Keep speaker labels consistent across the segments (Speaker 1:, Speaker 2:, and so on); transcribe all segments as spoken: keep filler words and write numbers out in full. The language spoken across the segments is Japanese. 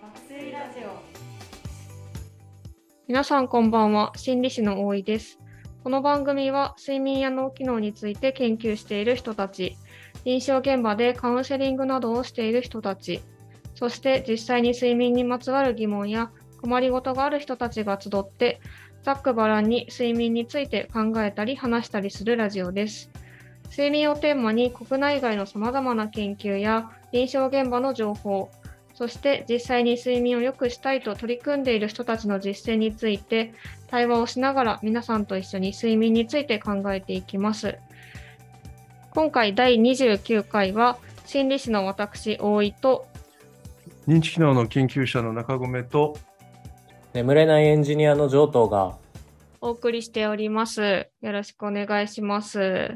Speaker 1: 爆睡ラジオ。
Speaker 2: 皆さんこんばんは、心理師の大井です。この番組は睡眠や脳機能について研究している人たち、臨床現場でカウンセリングなどをしている人たち、そして実際に睡眠にまつわる疑問や困りごとがある人たちが集って、ざっくばらんに睡眠について考えたり話したりするラジオです。睡眠をテーマに国内外のさまざまな研究や臨床現場の情報、そして実際に睡眠を良くしたいと取り組んでいる人たちの実践について対話をしながら皆さんと一緒に睡眠について考えていきます。今回だいにじゅうきゅうかいは心理師の私大井と
Speaker 3: 認知機能の研究者の中込と
Speaker 4: 眠れないエンジニアの上等が
Speaker 2: お送りしております。よろしくお願いします。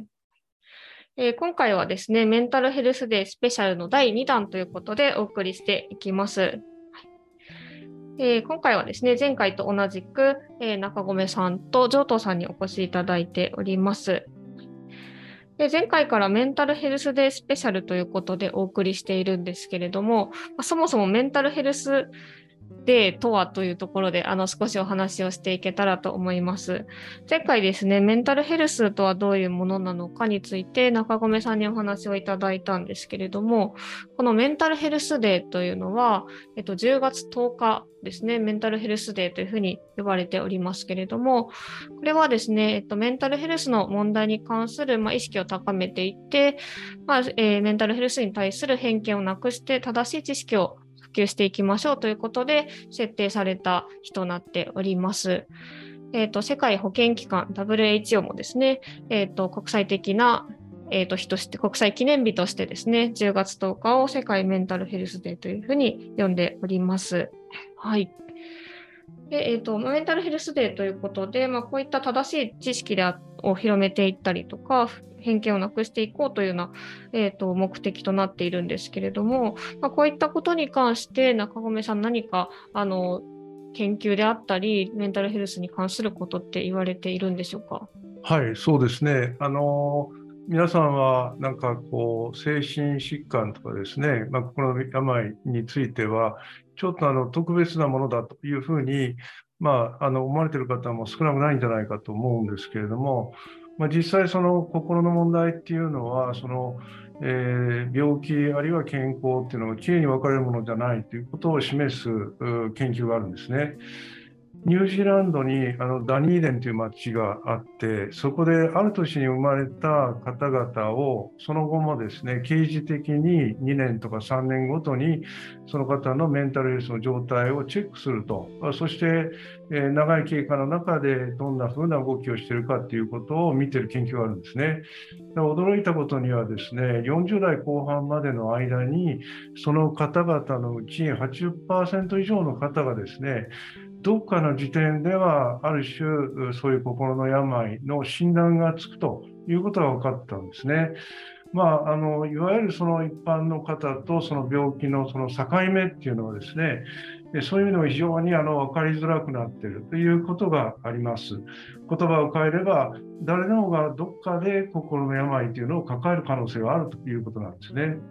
Speaker 2: えー、今回はですね、メンタルヘルスデースペシャルのだいにだんということでお送りしていきます。えー、今回はですね、前回と同じく、えー、中込さんと上藤さんにお越しいただいております。で、前回からメンタルヘルスデースペシャルということでお送りしているんですけれども、まあ、そもそもメンタルヘルスデーとはというところであの少しお話をしていけたらと思います。前回ですね、メンタルヘルスとはどういうものなのかについて中込さんにお話をいただいたんですけれども、このメンタルヘルスデーというのは、えっと、じゅうがつとおかですね、メンタルヘルスデーというふうに呼ばれておりますけれども、これはですね、えっと、メンタルヘルスの問題に関する、まあ、意識を高めていって、まあえー、メンタルヘルスに対する偏見をなくして正しい知識を普及していきましょうということで設定された日となっております。えーと、世界保健機関 ダブリューエイチオー もですね、えーと、国際的な、えーと、日として国際記念日としてですね、じゅうがつとおかを世界メンタルヘルスデーというふうに呼んでおります。はい。でえーと、メンタルヘルスデーということで、まあ、こういった正しい知識でを広めていったりとか、偏見をなくしていこうというような、えーと、目的となっているんですけれども、まあ、こういったことに関して中込さん何かあの研究であったりメンタルヘルスに関することって言われているんでしょうか？
Speaker 3: はい、そうですね。あの皆さんはなんかこう精神疾患とかですね、まあ、心の病についてはちょっとあの特別なものだというふうに、まあ、あの思われている方も少なくないんじゃないかと思うんですけれども、まあ、実際その心の問題っていうのはその、えー病気あるいは健康っていうのがきれいに分かれるものじゃないということを示すう研究があるんですね。ニュージーランドにあのダニーデンという町があって、そこである年に生まれた方々をその後もですね、刑事的ににねんとかさんねんごとにその方のメンタルヘルスの状態をチェックすると、そして、えー長い経過の中でどんなふうな動きをしているかということを見ている研究があるんですね。で驚いたことにはですね、よんじゅうだいこう半までの間にその方々のうちはちじゅっパーセント以上の方がですね、どっかの時点ではある種そういう心の病の診断がつくということが分かったんですね。まあ、あのいわゆるその一般の方とその病気のその境目っていうのはですね、そういう意味でも非常にあの分かりづらくなっているということがあります。言葉を変えれば誰でもがどっかで心の病というのを抱える可能性があるということなんですね。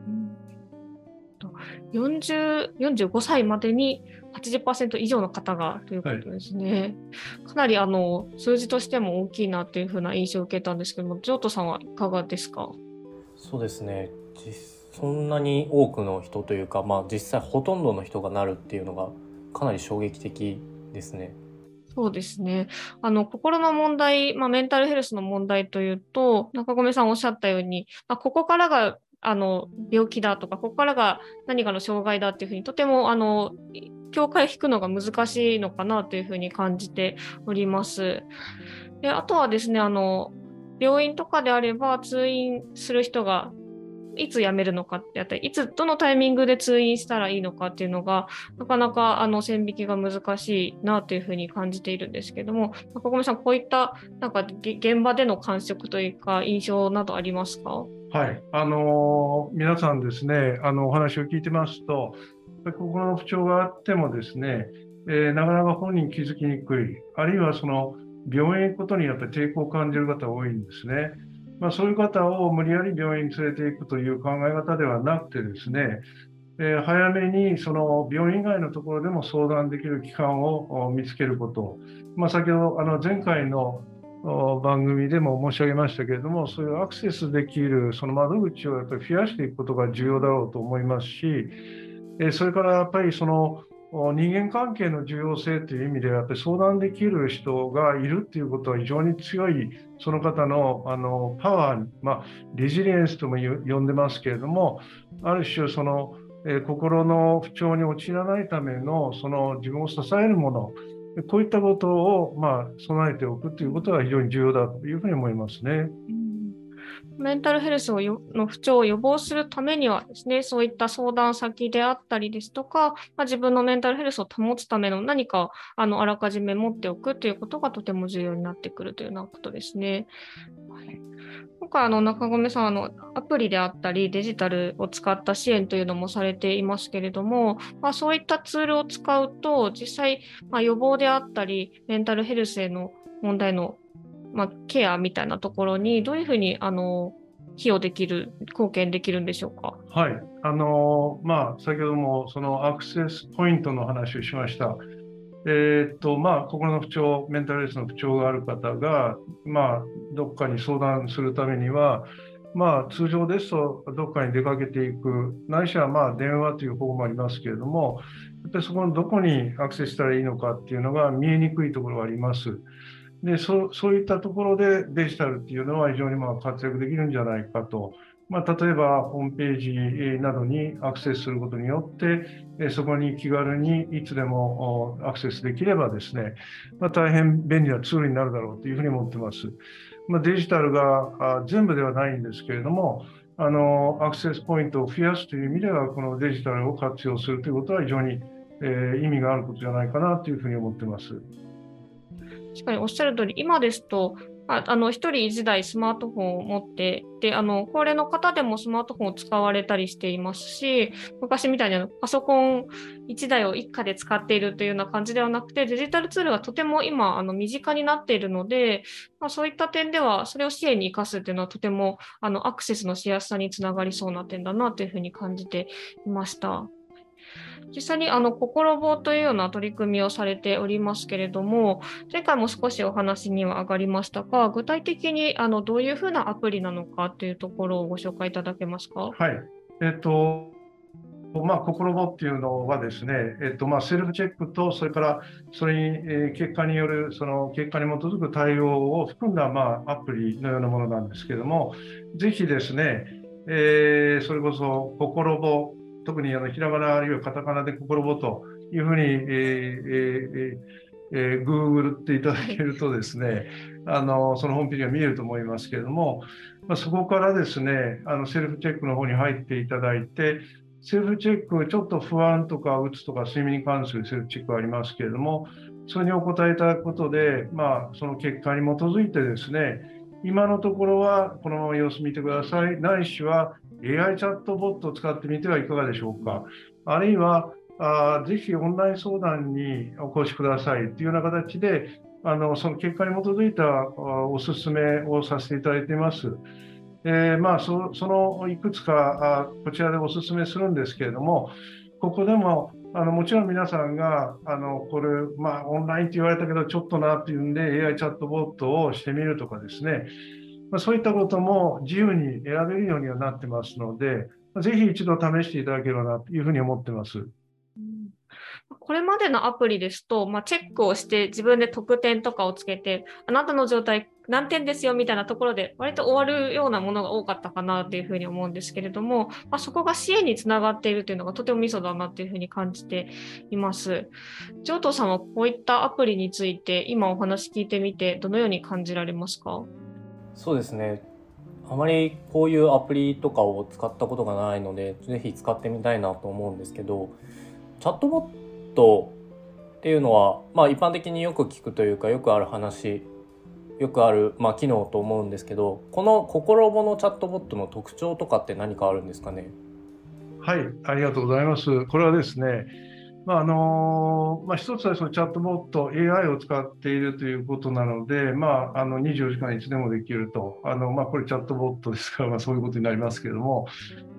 Speaker 2: よんじゅう、よんじゅうごさいまでに はちじゅっパーセント 以上の方がということですね。はい、かなりあの数字としても大きいなというふうな印象を受けたんですけども、ジョートさんはいかがですか？
Speaker 4: そうですね、そんなに多くの人というか、まあ、実際ほとんどの人がなるっていうのがかなり衝撃的ですね。
Speaker 2: そうですね。あの心の問題、まあ、メンタルヘルスの問題というと、中込さんおっしゃったように、まあ、ここからがあの病気だとか、ここからが何かの障害だっていうふうに、とてもあの境界を引くのが難しいのかなというふうに感じております。で、あとはですね、あの病院とかであれば通院する人がいつ辞めるのかってあったり、いつどのタイミングで通院したらいいのかっていうのがなかなかあの線引きが難しいなというふうに感じているんですけども、中込さん、こういったなんか現場での感触というか印象などありますか？
Speaker 3: はい、あの皆さんですね、あのお話を聞いてますと、心の不調があってもですね、えーなかなか本人気づきにくい、あるいはその病院へ行くことにやっぱり抵抗を感じる方が多いんですね。まあ、そういう方を無理やり病院に連れていくという考え方ではなくてですね、 えー早めにその病院以外のところでも相談できる機関を見つけること、まあ、先ほどあの前回の番組でも申し上げましたけれども、そういうアクセスできるその窓口をやっぱり増やしていくことが重要だろうと思いますし、それからやっぱりその人間関係の重要性という意味では、やっぱり相談できる人がいるということは非常に強い、その方の、あのパワー、まあ、レジリエンスとも呼んでますけれども、ある種その、えー心の不調に陥らないためのその自分を支えるもの、こういったことを、まあ、備えておくということが非常に重要だというふうに思いますね。
Speaker 2: メンタルヘルスをよの不調を予防するためにはですね、そういった相談先であったりですとか、まあ、自分のメンタルヘルスを保つための何かあのあらかじめ持っておくということがとても重要になってくるというようなことですね。今回あの中込さんあのアプリであったりデジタルを使った支援というのもされていますけれども、まあ、そういったツールを使うと実際、まあ、予防であったりメンタルヘルスへの問題の、まあ、ケアみたいなところにどういうふうにあの寄与できる貢献できるんでしょうか。
Speaker 3: はい、あのまあ、先ほどもそのアクセスポイントの話をしました。えーっとまあ、心の不調、メンタルヘルスの不調がある方が、まあ、どっかに相談するためには、まあ、通常ですとどっかに出かけていく、ないしはまあ電話という方法もありますけれども、やっぱりそこのどこにアクセスしたらいいのかっていうのが見えにくいところがあります。で そ, そういったところでデジタルっていうのは非常にまあ活躍できるんじゃないかと、まあ、例えばホームページなどにアクセスすることによってそこに気軽にいつでもアクセスできればですね、まあ、大変便利なツールになるだろうというふうに思っています。まあ、デジタルが全部ではないんですけれども、あのアクセスポイントを増やすという意味ではこのデジタルを活用するということは非常に、えー、意味があることじゃないかなというふうに思っています。
Speaker 2: 確かにおっしゃる通り、今ですと、ああの一人一台スマートフォンを持ってで、あの高齢の方でもスマートフォンを使われたりしていますし、昔みたいにあのパソコンいちだいを一家で使っているというような感じではなくて、デジタルツールがとても今あの身近になっているので、まあ、そういった点ではそれを支援に生かすというのはとてもあのアクセスのしやすさにつながりそうな点だなというふうに感じていました。実際にあの心棒というような取り組みをされておりますけれども、前回も少しお話には上がりましたが、具体的にあのどういうふうなアプリなのかというところをご紹介いただけますか。
Speaker 3: はい、えっとまあ、心棒っていうのはですね、えっとまあ、セルフチェックと、それからそれに、えー結果による、その結果に基づく対応を含んだ、まあ、アプリのようなものなんですけれども、ぜひですね、えーそれこそ心棒、特にあのひらがなあるいはカタカナで心棒というふうに、えーえーえー、Google っていただけるとですね、あのそのホームページが見えると思いますけれども、まあ、そこからですね、あのセルフチェックの方に入っていただいて、セルフチェック、ちょっと不安とかうつとか睡眠に関するセルフチェックがありますけれども、それにお答えいただくことで、まあ、その結果に基づいてですね、今のところはこのまま様子見てください、ないしは エーアイ チャットボットを使ってみてはいかがでしょうか、あるいはあぜひオンライン相談にお越しくださいというような形で、あのその結果に基づいたお勧めをさせていただいています。えーまあ、そ, そのいくつかあこちらでお勧めするんですけれども、ここでもあのもちろん皆さんがあのこれ、まあ、オンラインって言われたけどちょっとなっていうんで エーアイ チャットボットをしてみるとかですね、まあ、そういったことも自由に選べるようにはなってますので、ぜひ一度試していただければなというふうに思ってます。
Speaker 2: これまでのアプリですと、まあ、チェックをして自分で得点とかをつけて、あなたの状態何点ですよみたいなところで割と終わるようなものが多かったかなというふうに思うんですけれども、まあ、そこが支援につながっているというのがとてもミソだなというふうに感じています。上藤さんはこういったアプリについて今お話聞いてみてどのように感じられますか？
Speaker 4: そうですね、あまりこういうアプリとかを使ったことがないのでぜひ使ってみたいなと思うんですけど、チャットボットっていうのは、まあ、一般的によく聞くというかよくある話、よくある、まあ、機能と思うんですけど、この心棒のチャットボットの特徴とかって何かあるんですかね？
Speaker 3: はい、ありがとうございます。これはですね、まああのまあ、一つはそのチャットボット エーアイ を使っているということなので、まあ、あのにじゅうよじかんいつでもできると、あの、まあ、これチャットボットですから、まあ、そういうことになりますけれども、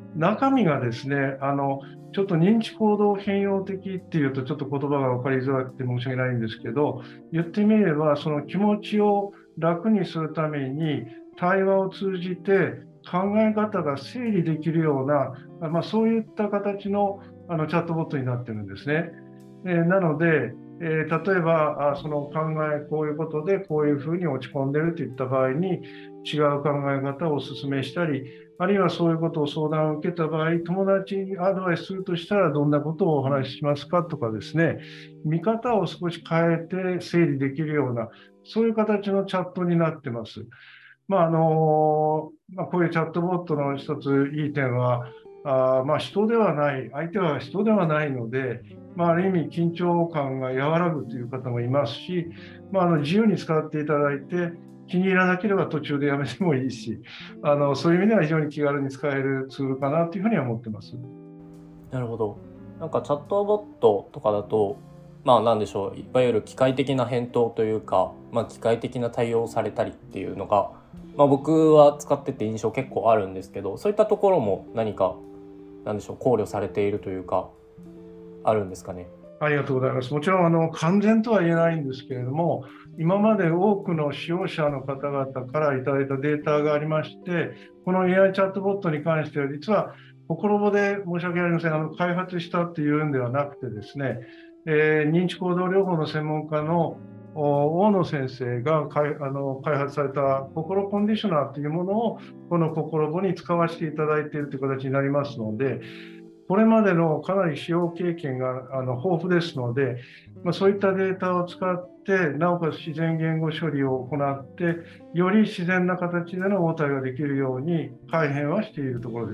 Speaker 3: 中身がですね、あのちょっと認知行動変容的っていうとちょっと言葉が分かりづらくて申し訳ないんですけど、言ってみればその気持ちを楽にするために対話を通じて考え方が整理できるような、まあ、そういった形の、あのチャットボットになってるんですね。えー、なので、えー、例えばあその考え、こういうことでこういうふうに落ち込んでるといった場合に違う考え方をお勧めしたり、あるいはそういうことを相談を受けた場合、友達にアドバイスするとしたらどんなことをお話ししますかとかですね、見方を少し変えて整理できるような、そういう形のチャットになってます。まああのまあ、こういうチャットボットの一ついい点は、あまあ人ではない、相手は人ではないので、まあ、ある意味緊張感が和らぐという方もいますし、まあ、あの自由に使っていただいて、気に入らなければ途中でやめてもいいし、あのそういう意味では非常に気軽に使えるツールかなというふうには思ってます。
Speaker 4: なるほど。なんかチャットボットとかだと、まあなんでしょう、いわゆる機械的な返答というか、まあ機械的な対応をされたりっていうのが、まあ僕は使ってて印象結構あるんですけど、そういったところも何か、なんでしょう、考慮されているというか、あるんですかね。
Speaker 3: ありがとうございます。もちろんあの完全とは言えないんですけれども、今まで多くの使用者の方々からいただいたデータがありまして、この エーアイ チャットボットに関しては実は心ぼで申し訳ありません、あの開発したっていうんではなくてですね、えー、認知行動療法の専門家の大野先生が開あの開発された心コンディショナーというものをこの心ぼに使わせていただいているという形になりますので、これまでのかなり使用経験があの豊富ですので、まあ、そういったデータを使って、なおかつ自然言語処理を行って、より自然な形での応対ができるように改変はしているところです。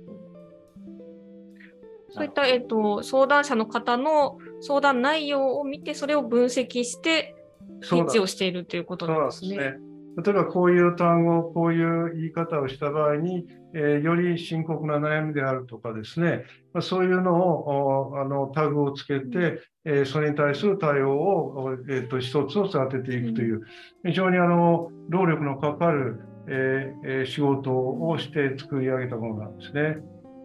Speaker 2: そういった、えっと、相談者の方の相談内容を見て、それを分析して返事をしているということなんですね。
Speaker 3: そうなんですね。例えばこういう単語、こういう言い方をした場合に、えー、より深刻な悩みであるとかですね、まあ、そういうのをあのタグをつけて、えー、それに対する対応を、えー、と一つを育てていくという、非常にあの労力のかかる、えー、仕事をして作り上げたものなんですね。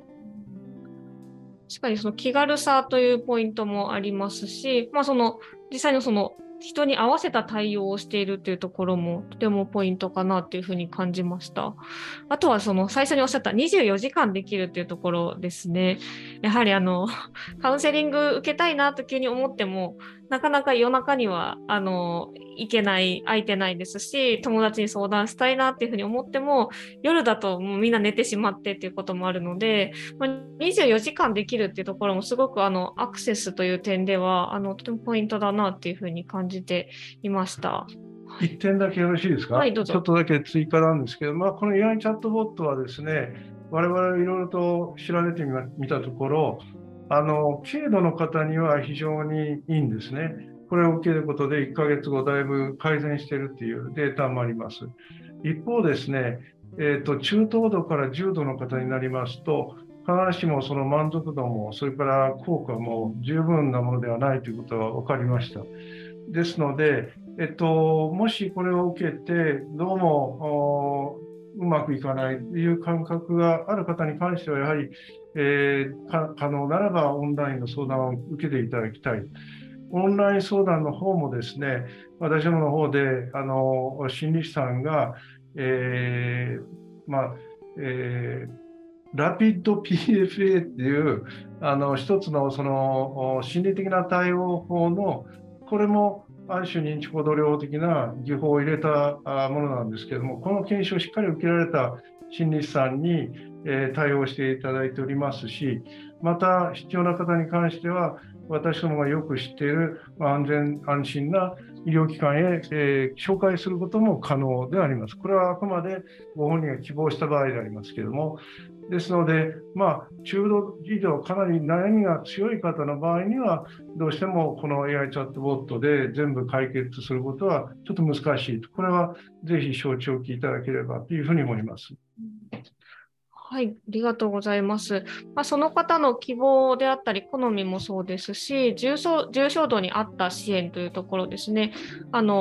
Speaker 2: 確かにその気軽さというポイントもありますし、まあ、その実際のその人に合わせた対応をしているというところもとてもポイントかなというふうに感じました。あとはその最初におっしゃったにじゅうよじかんできるというところですね。やはりあのカウンセリング受けたいなと急に思っても、なかなか夜中にはあの行けない、空いてないですし、友達に相談したいなっていうふうに思っても、夜だともうみんな寝てしまってっていうこともあるので、まあ、にじゅうよじかんできるっていうところもすごくあのアクセスという点ではあのとてもポイントだなっていうふうに感じていました。
Speaker 3: 一点だけよろしいですか。
Speaker 2: はい、どうぞ。
Speaker 3: ちょっとだけ追加なんですけど、まあ、この エーアイ チャットボットはですね、我々いろいろと調べてみたところ、あの軽度の方には非常にいいんですね。これを受けることでいっかげつごだいぶ改善しているというデータもあります。一方ですね、えーと、中等度から重度の方になりますと、必ずしもその満足度もそれから効果も十分なものではないということが分かりました。ですので、えっと、もしこれを受けてどうもうまくいかないという感覚がある方に関してはやはり、えー、可能ならばオンラインの相談を受けていただきたい。オンライン相談の方もですね、私どもの方であの心理師さんが、えーまあえーラピッド ピーエフエー っていうあの一つのその心理的な対応法の、これもある種認知行動療法的な技法を入れたものなんですけれども、この研修をしっかり受けられた心理師さんに、えー、対応していただいておりますし、また必要な方に関しては私どもがよく知っている安全安心な医療機関へ、えー、紹介することも可能であります。これはあくまでご本人が希望した場合でありますけれども、ですので、まあ、中度以上かなり悩みが強い方の場合にはどうしてもこの エーアイ チャットボットで全部解決することはちょっと難しいと、これはぜひ承知おきいただければというふうに思います。
Speaker 2: はい、ありがとうございます。まあ、その方の希望であったり好みもそうですし、重症、重症度に合った支援というところですね。あの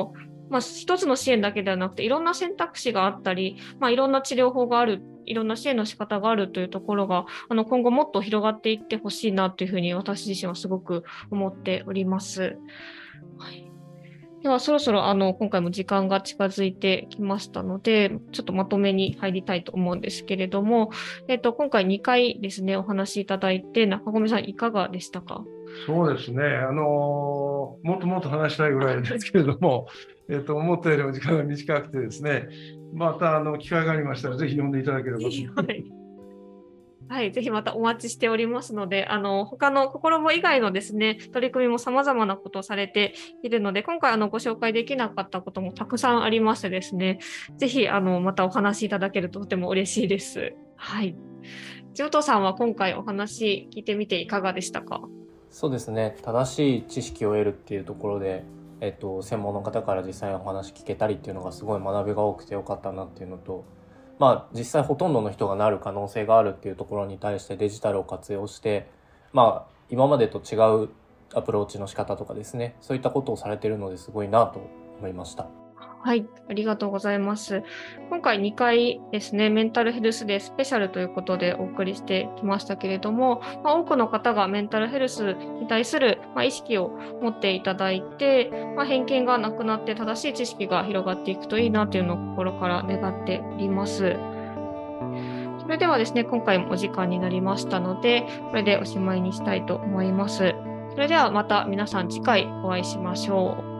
Speaker 2: まあ、一つの支援だけではなくていろんな選択肢があったり、まあ、いろんな治療法がある、いろんな支援の仕方があるというところがあの今後もっと広がっていってほしいなというふうに私自身はすごく思っております。はい、ではそろそろあの今回も時間が近づいてきましたので、ちょっとまとめに入りたいと思うんですけれども、えっと、今回にかいですねお話しいただいて、中込さんいかがでしたか？
Speaker 3: そうですね、あのもっともっと話したいぐらいですけれども、えっと、思ったよりも時間が短くてですね、またあの機会がありましたら、ぜひ読んでいただければと。
Speaker 2: はいはい、ぜひまたお待ちしておりますので、あの他の心も以外のですね取り組みもさまざまなことをされているので、今回あのご紹介できなかったこともたくさんありましてですね、ぜひあのまたお話しいただけるととても嬉しいです。はい。ジョートさんは今回お話聞いてみていかがでしたか？
Speaker 4: そうですね、正しい知識を得るっていうところで、えっと、専門の方から実際にお話聞けたりっていうのがすごい学びが多くてよかったなっていうのと、まあ実際ほとんどの人がなる可能性があるっていうところに対してデジタルを活用して、まあ今までと違うアプローチの仕方とかですね、そういったことをされているのですごいなと思いました。
Speaker 2: はい、ありがとうございます。今回にかいですね、メンタルヘルスデースペシャルということでお送りしてきましたけれども、まあ、多くの方がメンタルヘルスに対する、まあ、意識を持っていただいて、まあ、偏見がなくなって正しい知識が広がっていくといいなというのを心から願っております。それではですね、今回もお時間になりましたので、これでおしまいにしたいと思います。それではまた皆さん次回お会いしましょう。